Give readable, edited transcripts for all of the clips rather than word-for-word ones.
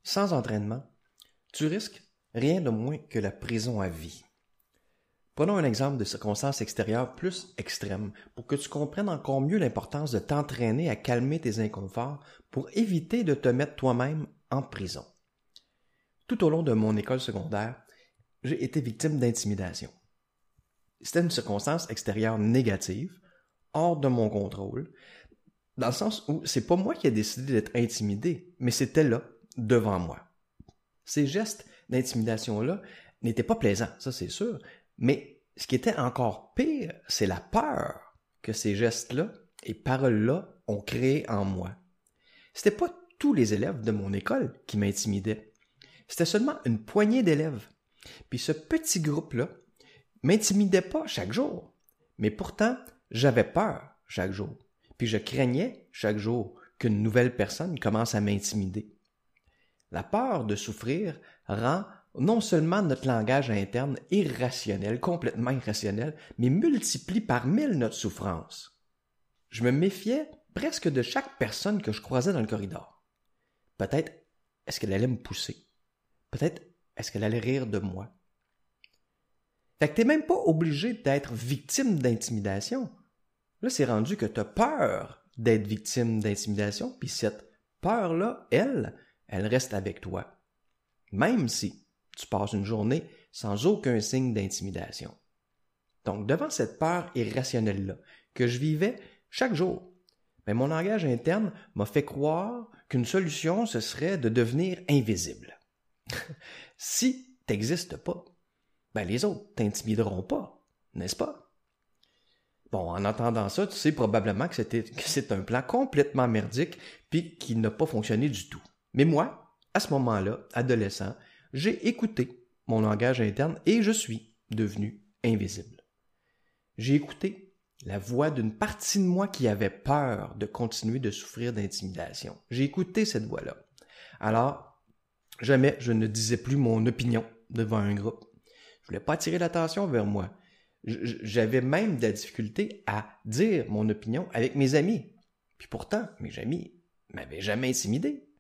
sans entraînement, tu risques rien de moins que la prison à vie. Prenons un exemple de circonstances extérieures plus extrêmes pour que tu comprennes encore mieux l'importance de t'entraîner à calmer tes inconforts pour éviter de te mettre toi-même en prison. Tout au long de mon école secondaire, j'ai été victime d'intimidation. C'était une circonstance extérieure négative, hors de mon contrôle, dans le sens où c'est pas moi qui ai décidé d'être intimidé, mais c'était là, devant moi. Ces gestes d'intimidation-là n'étaient pas plaisants, ça c'est sûr, mais ce qui était encore pire, c'est la peur que ces gestes-là et paroles-là ont créé en moi. C'était pas tous les élèves de mon école qui m'intimidaient. C'était seulement une poignée d'élèves. Puis ce petit groupe-là m'intimidait pas chaque jour, mais pourtant, j'avais peur chaque jour. Puis je craignais chaque jour qu'une nouvelle personne commence à m'intimider. La peur de souffrir rend non seulement notre langage interne irrationnel, complètement irrationnel, mais multiplie par 1000 notre souffrance. Je me méfiais presque de chaque personne que je croisais dans le corridor. Peut-être est-ce qu'elle allait me pousser? Peut-être est-ce qu'elle allait rire de moi? Fait que t'es même pas obligé d'être victime d'intimidation. Là, c'est rendu que t'as peur d'être victime d'intimidation, puis cette peur-là, elle reste avec toi. Même si tu passes une journée sans aucun signe d'intimidation. Donc, devant cette peur irrationnelle-là, que je vivais chaque jour, mais mon langage interne m'a fait croire qu'une solution, ce serait de devenir invisible. Si t'existes pas, les autres t'intimideront pas, n'est-ce pas? Bon, en entendant ça, tu sais probablement que c'est un plan complètement merdique puis qui n'a pas fonctionné du tout. Mais moi, à ce moment-là, adolescent, j'ai écouté mon langage interne et je suis devenu invisible. J'ai écouté la voix d'une partie de moi qui avait peur de continuer de souffrir d'intimidation. J'ai écouté cette voix-là. Alors, jamais je ne disais plus mon opinion devant un groupe. Je voulais pas attirer l'attention vers moi. J'avais même de la difficulté à dire mon opinion avec mes amis. Puis pourtant, mes amis m'avaient jamais intimidé.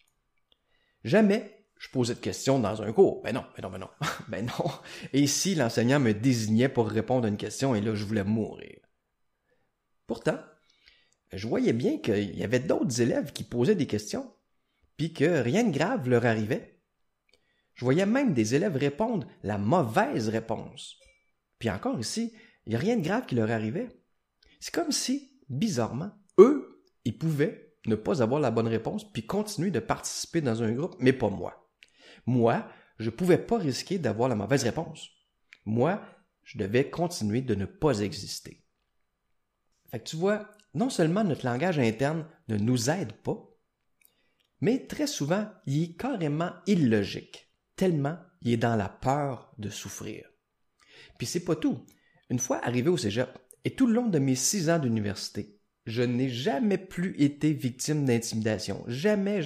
Jamais je posais de questions dans un cours. Ben non. Ben non. Et si l'enseignant me désignait pour répondre à une question, et là, je voulais mourir. Pourtant, je voyais bien qu'il y avait d'autres élèves qui posaient des questions, puis que rien de grave leur arrivait. Je voyais même des élèves répondre la mauvaise réponse. Puis encore ici, il n'y a rien de grave qui leur arrivait. C'est comme si, bizarrement, eux, ils pouvaient ne pas avoir la bonne réponse puis continuer de participer dans un groupe, mais pas moi. Moi, je ne pouvais pas risquer d'avoir la mauvaise réponse. Moi, je devais continuer de ne pas exister. Fait que tu vois, non seulement notre langage interne ne nous aide pas, mais très souvent, il est carrément illogique, tellement il est dans la peur de souffrir. Puis c'est pas tout. Une fois arrivé au cégep, et tout le long de mes 6 ans d'université, je n'ai jamais plus été victime d'intimidation. Jamais.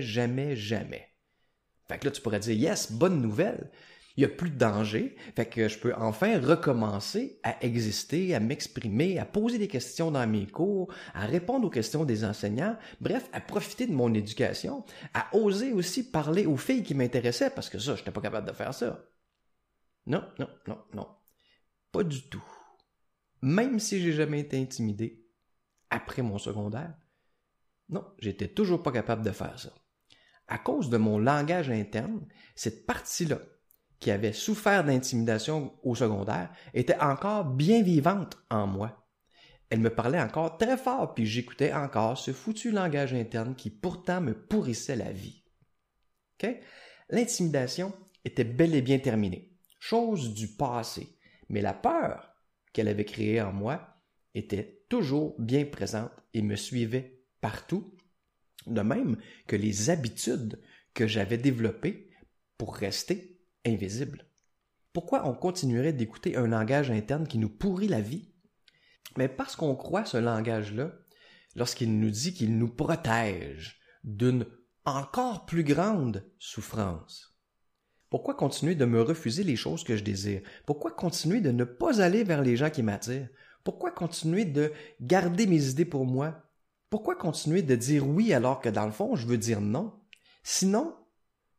Fait que là, tu pourrais dire, yes, bonne nouvelle. Il n'y a plus de danger. Fait que je peux enfin recommencer à exister, à m'exprimer, à poser des questions dans mes cours, à répondre aux questions des enseignants, bref, à profiter de mon éducation, à oser aussi parler aux filles qui m'intéressaient, parce que ça, je n'étais pas capable de faire ça. Non. Pas du tout. Même si j'ai jamais été intimidé après mon secondaire, non, j'étais toujours pas capable de faire ça. À cause de mon langage interne, cette partie-là, qui avait souffert d'intimidation au secondaire, était encore bien vivante en moi. Elle me parlait encore très fort, puis j'écoutais encore ce foutu langage interne qui pourtant me pourrissait la vie. Okay? L'intimidation était bel et bien terminée, chose du passé, mais la peur qu'elle avait créée en moi était toujours bien présente et me suivait partout, de même que les habitudes que j'avais développées pour rester invisible. Pourquoi on continuerait d'écouter un langage interne qui nous pourrit la vie? Mais parce qu'on croit ce langage-là lorsqu'il nous dit qu'il nous protège d'une encore plus grande souffrance. Pourquoi continuer de me refuser les choses que je désire? Pourquoi continuer de ne pas aller vers les gens qui m'attirent? Pourquoi continuer de garder mes idées pour moi? Pourquoi continuer de dire oui alors que dans le fond, je veux dire non? Sinon,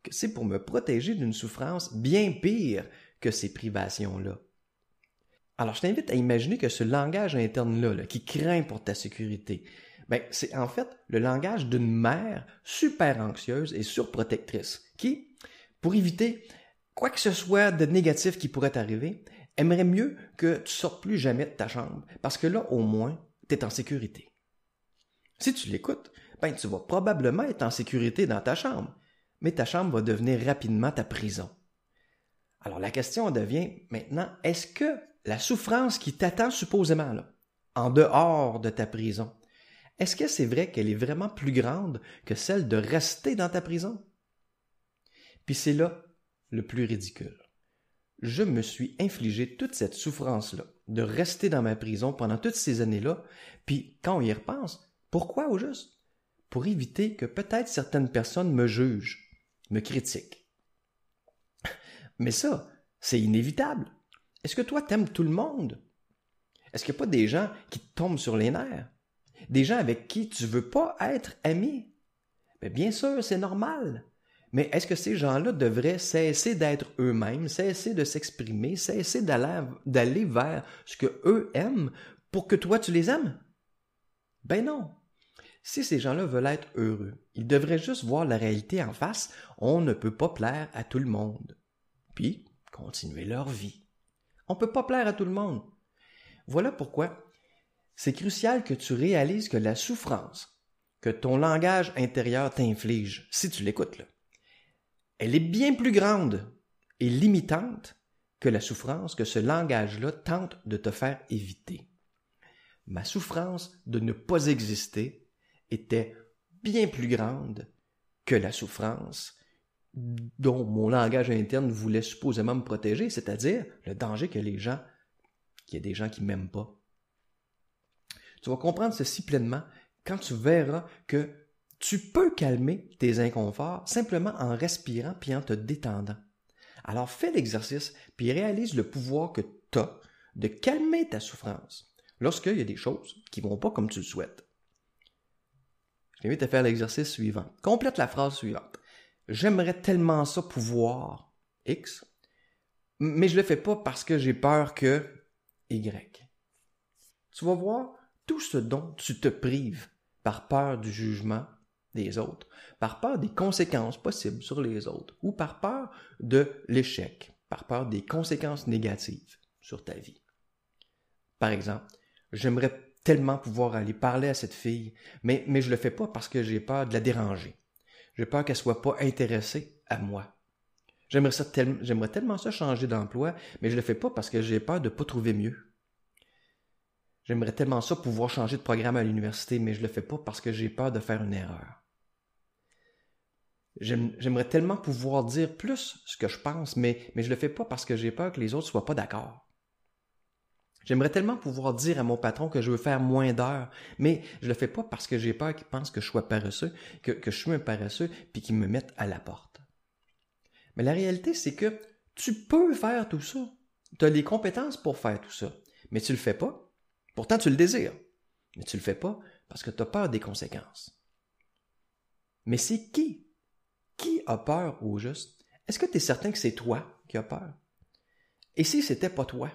que c'est pour me protéger d'une souffrance bien pire que ces privations-là. Alors, je t'invite à imaginer que ce langage interne-là, qui craint pour ta sécurité, c'est en fait le langage d'une mère super anxieuse et surprotectrice qui, pour éviter quoi que ce soit de négatif qui pourrait t'arriver, aimerait mieux que tu sortes plus jamais de ta chambre parce que là, au moins, tu es en sécurité. Si tu l'écoutes, tu vas probablement être en sécurité dans ta chambre, mais ta chambre va devenir rapidement ta prison. Alors la question devient maintenant, est-ce que la souffrance qui t'attend supposément là, en dehors de ta prison, est-ce que c'est vrai qu'elle est vraiment plus grande que celle de rester dans ta prison? Puis c'est là le plus ridicule. Je me suis infligé toute cette souffrance-là, de rester dans ma prison pendant toutes ces années-là, puis quand on y repense, pourquoi au juste? Pour éviter que peut-être certaines personnes me jugent, me critiquent. Mais ça, c'est inévitable. Est-ce que toi, t'aimes tout le monde? Est-ce qu'il n'y a pas des gens qui te tombent sur les nerfs? Des gens avec qui tu ne veux pas être ami? Bien sûr, c'est normal. Mais est-ce que ces gens-là devraient cesser d'être eux-mêmes, cesser de s'exprimer, cesser d'aller vers ce qu'eux aiment pour que toi, tu les aimes? Non. Si ces gens-là veulent être heureux, ils devraient juste voir la réalité en face. On ne peut pas plaire à tout le monde. Puis, continuer leur vie. On ne peut pas plaire à tout le monde. Voilà pourquoi c'est crucial que tu réalises que la souffrance que ton langage intérieur t'inflige, si tu l'écoutes, là, elle est bien plus grande et limitante que la souffrance que ce langage-là tente de te faire éviter. Ma souffrance de ne pas exister était bien plus grande que la souffrance dont mon langage interne voulait supposément me protéger, c'est-à-dire le danger qu'il y ait des gens qui ne m'aiment pas. Tu vas comprendre ceci pleinement quand tu verras que tu peux calmer tes inconforts simplement en respirant puis en te détendant. Alors fais l'exercice puis réalise le pouvoir que tu as de calmer ta souffrance lorsqu'il y a des choses qui ne vont pas comme tu le souhaites. Je t'invite à faire l'exercice suivant. Complète la phrase suivante. J'aimerais tellement ça pouvoir X, mais je le fais pas parce que j'ai peur que Y. Tu vas voir tout ce dont tu te prives par peur du jugement des autres, par peur des conséquences possibles sur les autres, ou par peur de l'échec, par peur des conséquences négatives sur ta vie. Par exemple, j'aimerais tellement pouvoir aller parler à cette fille, mais je le fais pas parce que j'ai peur de la déranger. J'ai peur qu'elle soit pas intéressée à moi. J'aimerais tellement ça changer d'emploi, mais je le fais pas parce que j'ai peur de pas trouver mieux. J'aimerais tellement ça pouvoir changer de programme à l'université, mais je le fais pas parce que j'ai peur de faire une erreur. J'aimerais tellement pouvoir dire plus ce que je pense, mais je le fais pas parce que j'ai peur que les autres soient pas d'accord. J'aimerais tellement pouvoir dire à mon patron que je veux faire moins d'heures, mais je le fais pas parce que j'ai peur qu'il pense que je sois paresseux, que je suis un paresseux, puis qu'il me mette à la porte. Mais la réalité, c'est que tu peux faire tout ça. Tu as les compétences pour faire tout ça, mais tu le fais pas. Pourtant, tu le désires, mais tu le fais pas parce que tu as peur des conséquences. Mais c'est qui? Qui a peur au juste? Est-ce que tu es certain que c'est toi qui as peur? Et si c'était pas toi?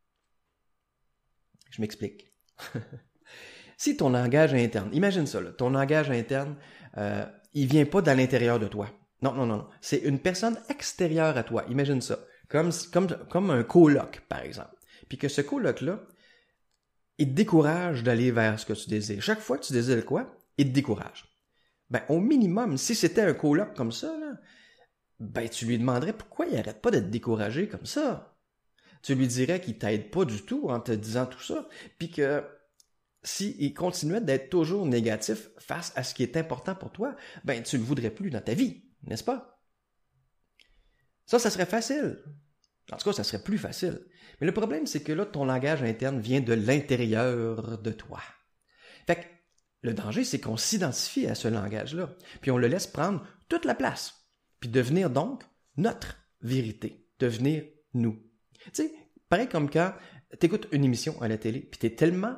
Je m'explique. Si ton langage interne, imagine ça, là, ton langage interne, il vient pas de l'intérieur de toi. Non. C'est une personne extérieure à toi. Imagine ça. Comme un coloc, par exemple. Puis que ce coloc-là, il te décourage d'aller vers ce que tu désires. Chaque fois que tu désires quoi, il te décourage. Au minimum, si c'était un coloc comme ça, là, tu lui demanderais pourquoi il arrête pas d'être découragé comme ça. Tu lui dirais qu'il t'aide pas du tout en te disant tout ça, puis que s'il continuait d'être toujours négatif face à ce qui est important pour toi, tu le voudrais plus dans ta vie, n'est-ce pas? Ça serait facile. En tout cas, ça serait plus facile. Mais le problème, c'est que là, ton langage interne vient de l'intérieur de toi. Fait que le danger, c'est qu'on s'identifie à ce langage-là, puis on le laisse prendre toute la place, puis devenir donc notre vérité, devenir nous. Tu sais, pareil comme quand tu écoutes une émission à la télé, puis tu es tellement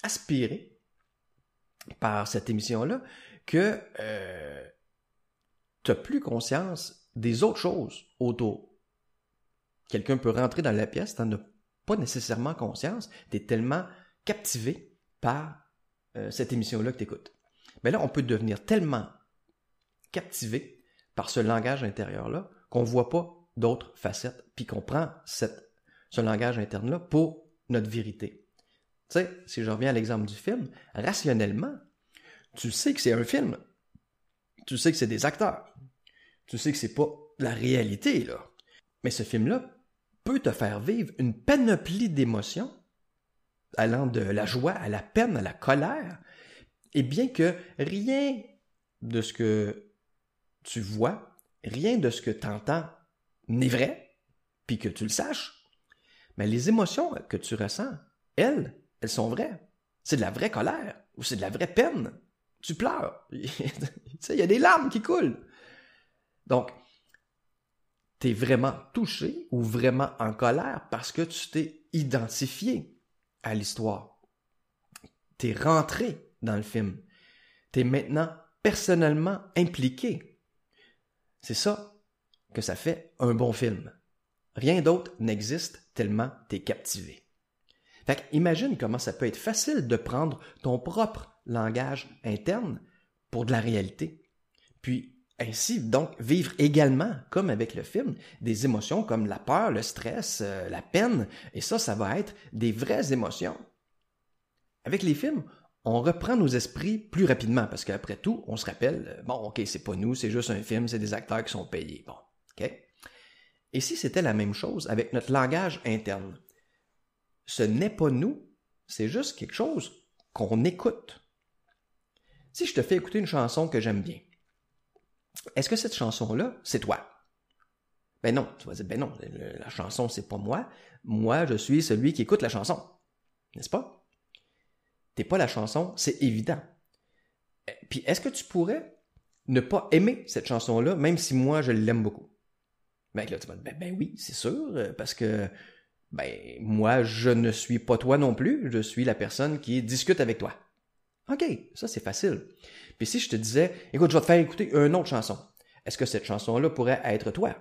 aspiré par cette émission-là que tu n'as plus conscience des autres choses autour. Quelqu'un peut rentrer dans la pièce, tu n'en as pas nécessairement conscience, tu es tellement captivé par cette émission-là que tu écoutes. Mais là, on peut devenir tellement captivé par ce langage intérieur-là qu'on ne voit pas d'autres facettes, puis qu'on prend ce langage interne-là pour notre vérité. Tu sais, si je reviens à l'exemple du film, rationnellement, tu sais que c'est un film. Tu sais que c'est des acteurs. Tu sais que c'est pas la réalité, là. Mais ce film-là peut te faire vivre une panoplie d'émotions allant de la joie à la peine, à la colère, et bien que rien de ce que tu vois, rien de ce que tu entends n'est vrai, puis que tu le saches, mais les émotions que tu ressens, elles sont vraies. C'est de la vraie colère, ou c'est de la vraie peine. Tu pleures. Tu sais, il y a des larmes qui coulent. Donc, tu es vraiment touché ou vraiment en colère parce que tu t'es identifié à l'histoire. Tu es rentré dans le film. Tu es maintenant personnellement impliqué. C'est ça que ça fait un bon film. Rien d'autre n'existe tellement tu es captivé. Fait que imagine comment ça peut être facile de prendre ton propre langage interne pour de la réalité. Puis ainsi, donc, vivre également, comme avec le film, des émotions comme la peur, le stress, la peine, et ça va être des vraies émotions. Avec les films, on reprend nos esprits plus rapidement, parce qu'après tout, on se rappelle, bon, ok, c'est pas nous, c'est juste un film, c'est des acteurs qui sont payés. Bon, ok. Et si c'était la même chose avec notre langage interne? Ce n'est pas nous, c'est juste quelque chose qu'on écoute. Si je te fais écouter une chanson que j'aime bien, est-ce que cette chanson-là, c'est toi? Ben non, tu vas dire, ben non, la chanson, c'est pas moi. Moi, je suis celui qui écoute la chanson. N'est-ce pas? T'es pas la chanson, c'est évident. Puis est-ce que tu pourrais ne pas aimer cette chanson-là, même si moi, je l'aime beaucoup? Ben là, tu vas dire, ben oui, c'est sûr, parce que moi, je ne suis pas toi non plus, je suis la personne qui discute avec toi. OK, ça c'est facile. Puis si je te disais, écoute, je vais te faire écouter une autre chanson, est-ce que cette chanson-là pourrait être toi?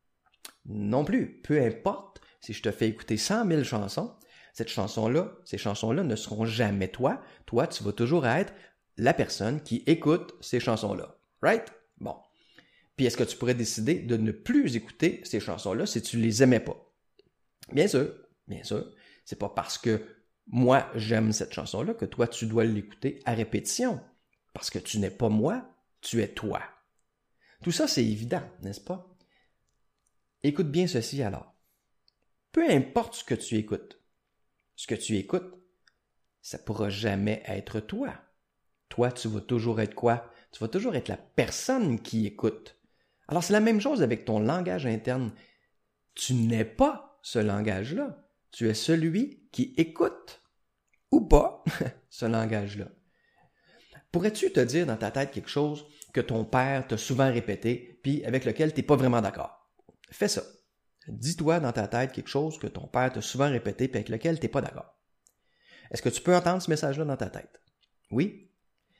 Non plus. Peu importe, si je te fais écouter 100 000 chansons, ces chansons-là ne seront jamais toi. Toi, tu vas toujours être la personne qui écoute ces chansons-là. Right? Bon. Puis est-ce que tu pourrais décider de ne plus écouter ces chansons-là si tu les aimais pas? Bien sûr. C'est pas parce que moi, j'aime cette chanson-là que toi, tu dois l'écouter à répétition. Parce que tu n'es pas moi, tu es toi. Tout ça, c'est évident, n'est-ce pas? Écoute bien ceci alors. Peu importe ce que tu écoutes, ça ne pourra jamais être toi. Toi, tu vas toujours être quoi? Tu vas toujours être la personne qui écoute. Alors, c'est la même chose avec ton langage interne. Tu n'es pas ce langage-là. Tu es celui qui écoute ou pas ce langage-là. Pourrais-tu te dire dans ta tête quelque chose que ton père t'a souvent répété puis avec lequel tu n'es pas vraiment d'accord? Fais ça. Dis-toi dans ta tête quelque chose que ton père t'a souvent répété puis avec lequel tu n'es pas d'accord. Est-ce que tu peux entendre ce message-là dans ta tête? Oui?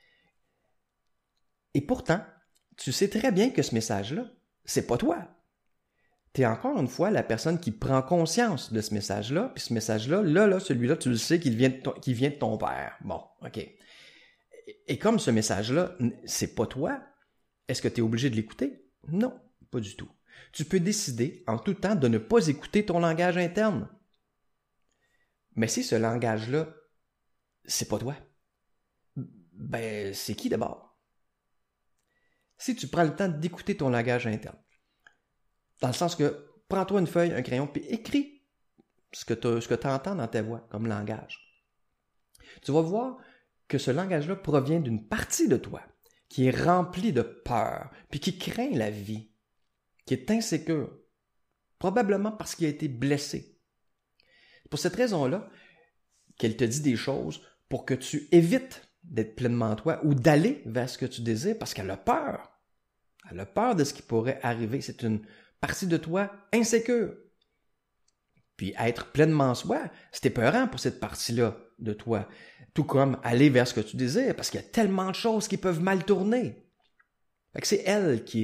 Et pourtant, tu sais très bien que ce message-là, c'est pas toi. Tu es encore une fois la personne qui prend conscience de ce message-là, puis ce message-là, celui-là, tu le sais qu'il vient de ton père. Bon, OK. Et comme ce message-là, c'est pas toi, est-ce que tu es obligé de l'écouter? Non, pas du tout. Tu peux décider en tout temps de ne pas écouter ton langage interne. Mais si ce langage-là, c'est pas toi, ben c'est qui d'abord? Si tu prends le temps d'écouter ton langage interne, dans le sens que prends-toi une feuille, un crayon, puis écris ce que tu entends dans ta voix comme langage. Tu vas voir que ce langage-là provient d'une partie de toi qui est remplie de peur, puis qui craint la vie, qui est insécure, probablement parce qu'il a été blessé. Pour cette raison-là, qu'elle te dit des choses pour que tu évites d'être pleinement toi ou d'aller vers ce que tu désires parce qu'elle a peur. Elle a peur de ce qui pourrait arriver. C'est une partie de toi insécure. Puis être pleinement soi, c'est épeurant pour cette partie-là de toi. Tout comme aller vers ce que tu désires, parce qu'il y a tellement de choses qui peuvent mal tourner. Fait que c'est elle qui est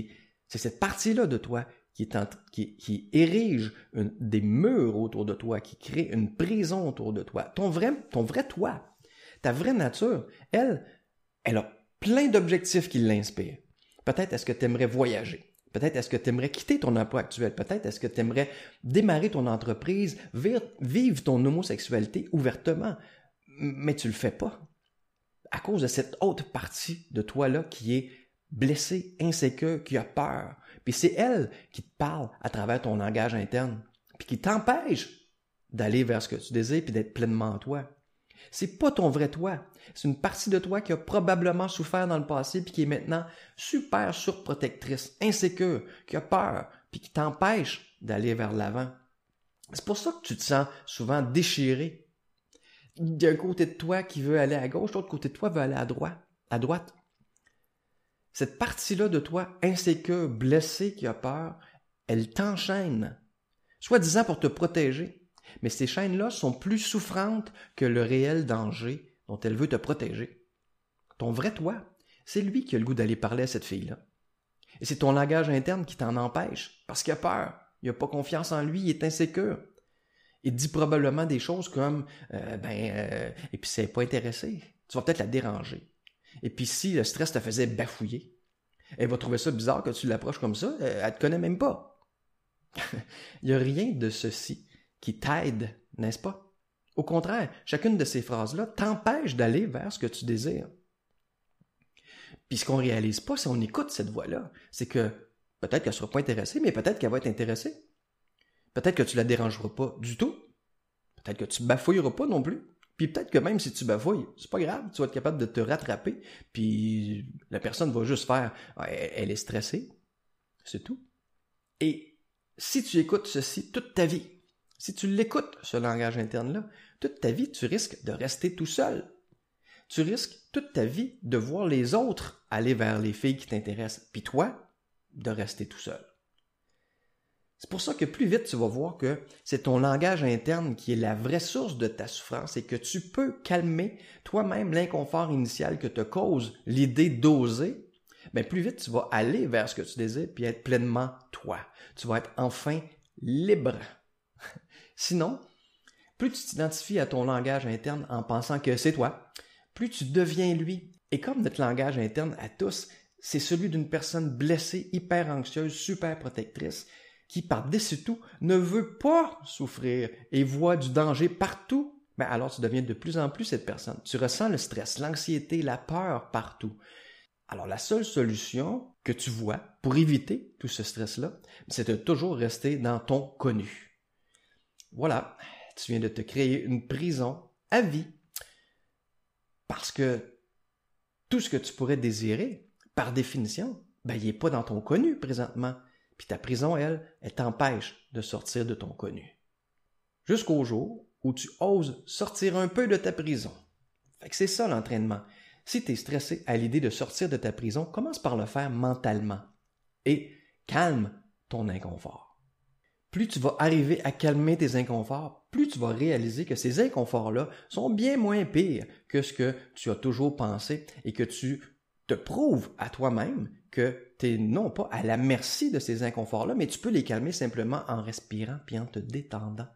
C'est cette partie-là de toi qui érige des murs autour de toi, qui crée une prison autour de toi. Ton vrai toi, ta vraie nature, elle a plein d'objectifs qui l'inspirent. Peut-être est-ce que tu aimerais voyager. Peut-être est-ce que tu aimerais quitter ton emploi actuel. Peut-être est-ce que tu aimerais démarrer ton entreprise, vivre ton homosexualité ouvertement. Mais tu le fais pas. À cause de cette autre partie de toi-là qui est blessée, insécure, qui a peur. Puis c'est elle qui te parle à travers ton langage interne, puis qui t'empêche d'aller vers ce que tu désires puis d'être pleinement toi. C'est pas ton vrai toi. C'est une partie de toi qui a probablement souffert dans le passé puis qui est maintenant super surprotectrice, insécure, qui a peur puis qui t'empêche d'aller vers l'avant. C'est pour ça que tu te sens souvent déchiré. Il y a un côté de toi qui veut aller à gauche, l'autre côté de toi veut aller à droite. Cette partie-là de toi, insécure, blessée, qui a peur, elle t'enchaîne, soi-disant pour te protéger. Mais ces chaînes-là sont plus souffrantes que le réel danger dont elle veut te protéger. Ton vrai toi, c'est lui qui a le goût d'aller parler à cette fille-là. Et c'est ton langage interne qui t'en empêche, parce qu'il a peur, il n'a pas confiance en lui, il est insécure. Il dit probablement des choses comme et puis c'est pas intéressé. Tu vas peut-être la déranger. Et puis si le stress te faisait bafouiller, elle va trouver ça bizarre que tu l'approches comme ça, elle te connaît même pas. Il n'y a rien de ceci qui t'aide, n'est-ce pas? Au contraire, chacune de ces phrases-là t'empêche d'aller vers ce que tu désires. Puis ce qu'on réalise pas, si on écoute cette voix-là, c'est que peut-être qu'elle sera pas intéressée, mais peut-être qu'elle va être intéressée. Peut-être que tu la dérangeras pas du tout. Peut-être que tu bafouilleras pas non plus. Puis peut-être que même si tu bafouilles, c'est pas grave, tu vas être capable de te rattraper, puis la personne va juste faire « elle est stressée », c'est tout. Et si tu écoutes ceci toute ta vie, si tu l'écoutes, ce langage interne-là, toute ta vie, tu risques de rester tout seul. Tu risques toute ta vie de voir les autres aller vers les filles qui t'intéressent, puis toi, de rester tout seul. C'est pour ça que plus vite tu vas voir que c'est ton langage interne qui est la vraie source de ta souffrance et que tu peux calmer toi-même l'inconfort initial que te cause l'idée d'oser, bien plus vite tu vas aller vers ce que tu désires puis être pleinement toi. Tu vas être enfin libre. Sinon, plus tu t'identifies à ton langage interne en pensant que c'est toi, plus tu deviens lui. Et comme notre langage interne à tous, c'est celui d'une personne blessée, hyper anxieuse, super protectrice, qui par-dessus tout ne veut pas souffrir et voit du danger partout, ben alors tu deviens de plus en plus cette personne. Tu ressens le stress, l'anxiété, la peur partout. Alors la seule solution que tu vois pour éviter tout ce stress-là, c'est de toujours rester dans ton connu. Voilà, tu viens de te créer une prison à vie. Parce que tout ce que tu pourrais désirer, par définition, ben il n'est pas dans ton connu présentement. Puis ta prison, elle t'empêche de sortir de ton connu. Jusqu'au jour où tu oses sortir un peu de ta prison. Fait que c'est ça l'entraînement. Si tu es stressé à l'idée de sortir de ta prison, commence par le faire mentalement. Et calme ton inconfort. Plus tu vas arriver à calmer tes inconforts, plus tu vas réaliser que ces inconforts-là sont bien moins pires que ce que tu as toujours pensé et que tu te prouves à toi-même que tu n'es non pas à la merci de ces inconforts-là, mais tu peux les calmer simplement en respirant puis en te détendant.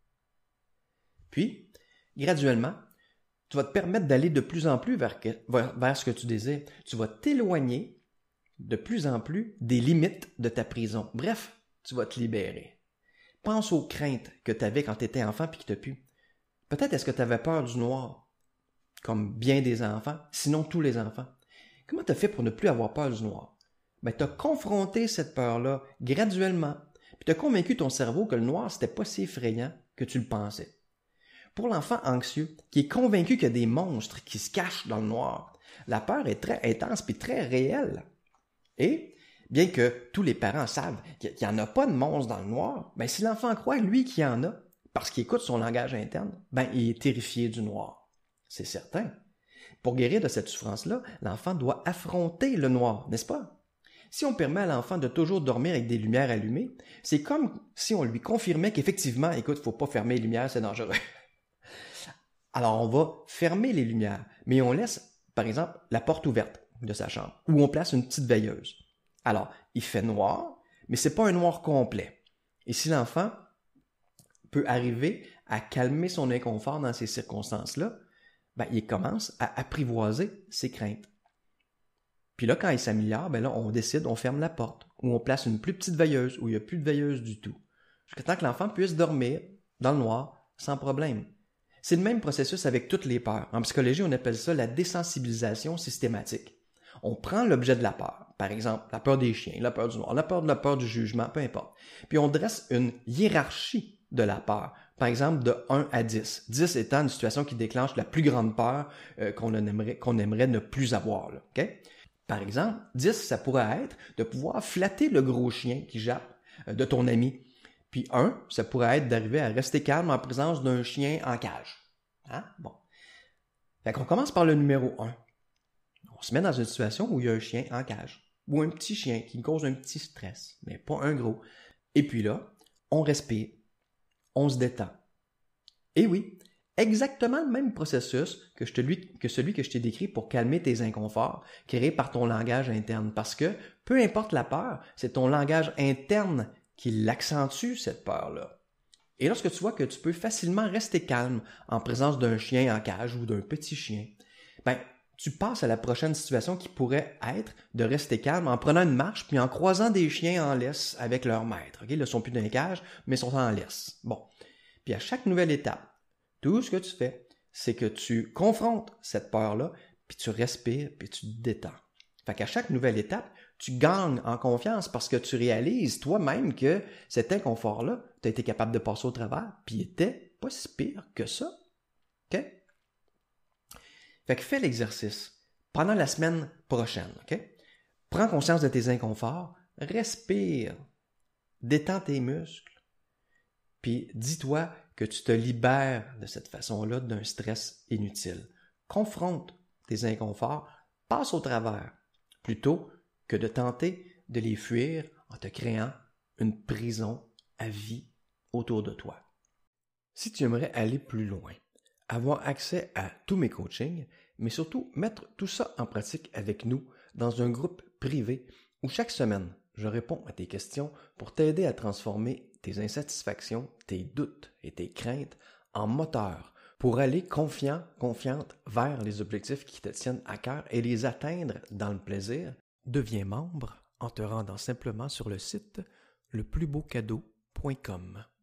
Puis, graduellement, tu vas te permettre d'aller de plus en plus vers ce que tu désires. Tu vas t'éloigner de plus en plus des limites de ta prison. Bref, tu vas te libérer. Pense aux craintes que tu avais quand tu étais enfant puis qui te puent. Peut-être est-ce que tu avais peur du noir, comme bien des enfants, sinon tous les enfants. Comment tu as fait pour ne plus avoir peur du noir? Ben, tu as confronté cette peur-là graduellement, puis tu as convaincu ton cerveau que le noir, c'était pas si effrayant que tu le pensais. Pour l'enfant anxieux, qui est convaincu qu'il y a des monstres qui se cachent dans le noir, la peur est très intense puis très réelle. Et, bien que tous les parents savent qu'il n'y en a pas de monstres dans le noir, ben, si l'enfant croit, lui, qu'il y en a, parce qu'il écoute son langage interne, ben, il est terrifié du noir. C'est certain. Pour guérir de cette souffrance-là, l'enfant doit affronter le noir, n'est-ce pas? Si on permet à l'enfant de toujours dormir avec des lumières allumées, c'est comme si on lui confirmait qu'effectivement, écoute, il ne faut pas fermer les lumières, c'est dangereux. Alors on va fermer les lumières, mais on laisse, par exemple, la porte ouverte de sa chambre, ou on place une petite veilleuse. Alors, il fait noir, mais c'est pas un noir complet. Et si l'enfant peut arriver à calmer son inconfort dans ces circonstances-là, ben, il commence à apprivoiser ses craintes. Puis là, quand il s'améliore, ben là, on décide, on ferme la porte, ou on place une plus petite veilleuse, où il n'y a plus de veilleuse du tout. Jusqu'à temps que l'enfant puisse dormir dans le noir, sans problème. C'est le même processus avec toutes les peurs. En psychologie, on appelle ça la désensibilisation systématique. On prend l'objet de la peur, par exemple, la peur des chiens, la peur du noir, la peur du jugement, peu importe. Puis on dresse une hiérarchie de la peur. Par exemple, de 1 à 10. 10 étant une situation qui déclenche la plus grande peur qu'on aimerait ne plus avoir. Là, okay? Par exemple, 10, ça pourrait être de pouvoir flatter le gros chien qui jappe de ton ami. Puis 1, ça pourrait être d'arriver à rester calme en présence d'un chien en cage. Hein? Bon. Fait qu'on commence par le numéro 1. On se met dans une situation où il y a un chien en cage. Ou un petit chien qui cause un petit stress, mais pas un gros. Et puis là, on respire. On se détend. Et oui, exactement le même processus que celui que je t'ai décrit pour calmer tes inconforts, créé par ton langage interne. Parce que, peu importe la peur, c'est ton langage interne qui l'accentue, cette peur-là. Et lorsque tu vois que tu peux facilement rester calme en présence d'un chien en cage ou d'un petit chien, ben, tu passes à la prochaine situation qui pourrait être de rester calme en prenant une marche puis en croisant des chiens en laisse avec leur maître. Okay? Là, ils ne sont plus dans les cages, mais ils sont en laisse. Bon. Puis à chaque nouvelle étape, tout ce que tu fais, c'est que tu confrontes cette peur-là, puis tu respires, puis tu te détends. Fait qu'à chaque nouvelle étape, tu gagnes en confiance parce que tu réalises toi-même que cet inconfort-là, tu as été capable de passer au travers, puis il était pas si pire que ça. OK? Fait que fais l'exercice pendant la semaine prochaine. OK? Prends conscience de tes inconforts, respire, détends tes muscles, puis dis-toi que tu te libères de cette façon-là d'un stress inutile. Confronte tes inconforts, passe au travers, plutôt que de tenter de les fuir en te créant une prison à vie autour de toi. Si tu aimerais aller plus loin, avoir accès à tous mes coachings, mais surtout mettre tout ça en pratique avec nous dans un groupe privé où chaque semaine, je réponds à tes questions pour t'aider à transformer tes insatisfactions, tes doutes et tes craintes en moteur pour aller confiant, confiante vers les objectifs qui te tiennent à cœur et les atteindre dans le plaisir. Deviens membre en te rendant simplement sur le site leplusbeaucadeau.com.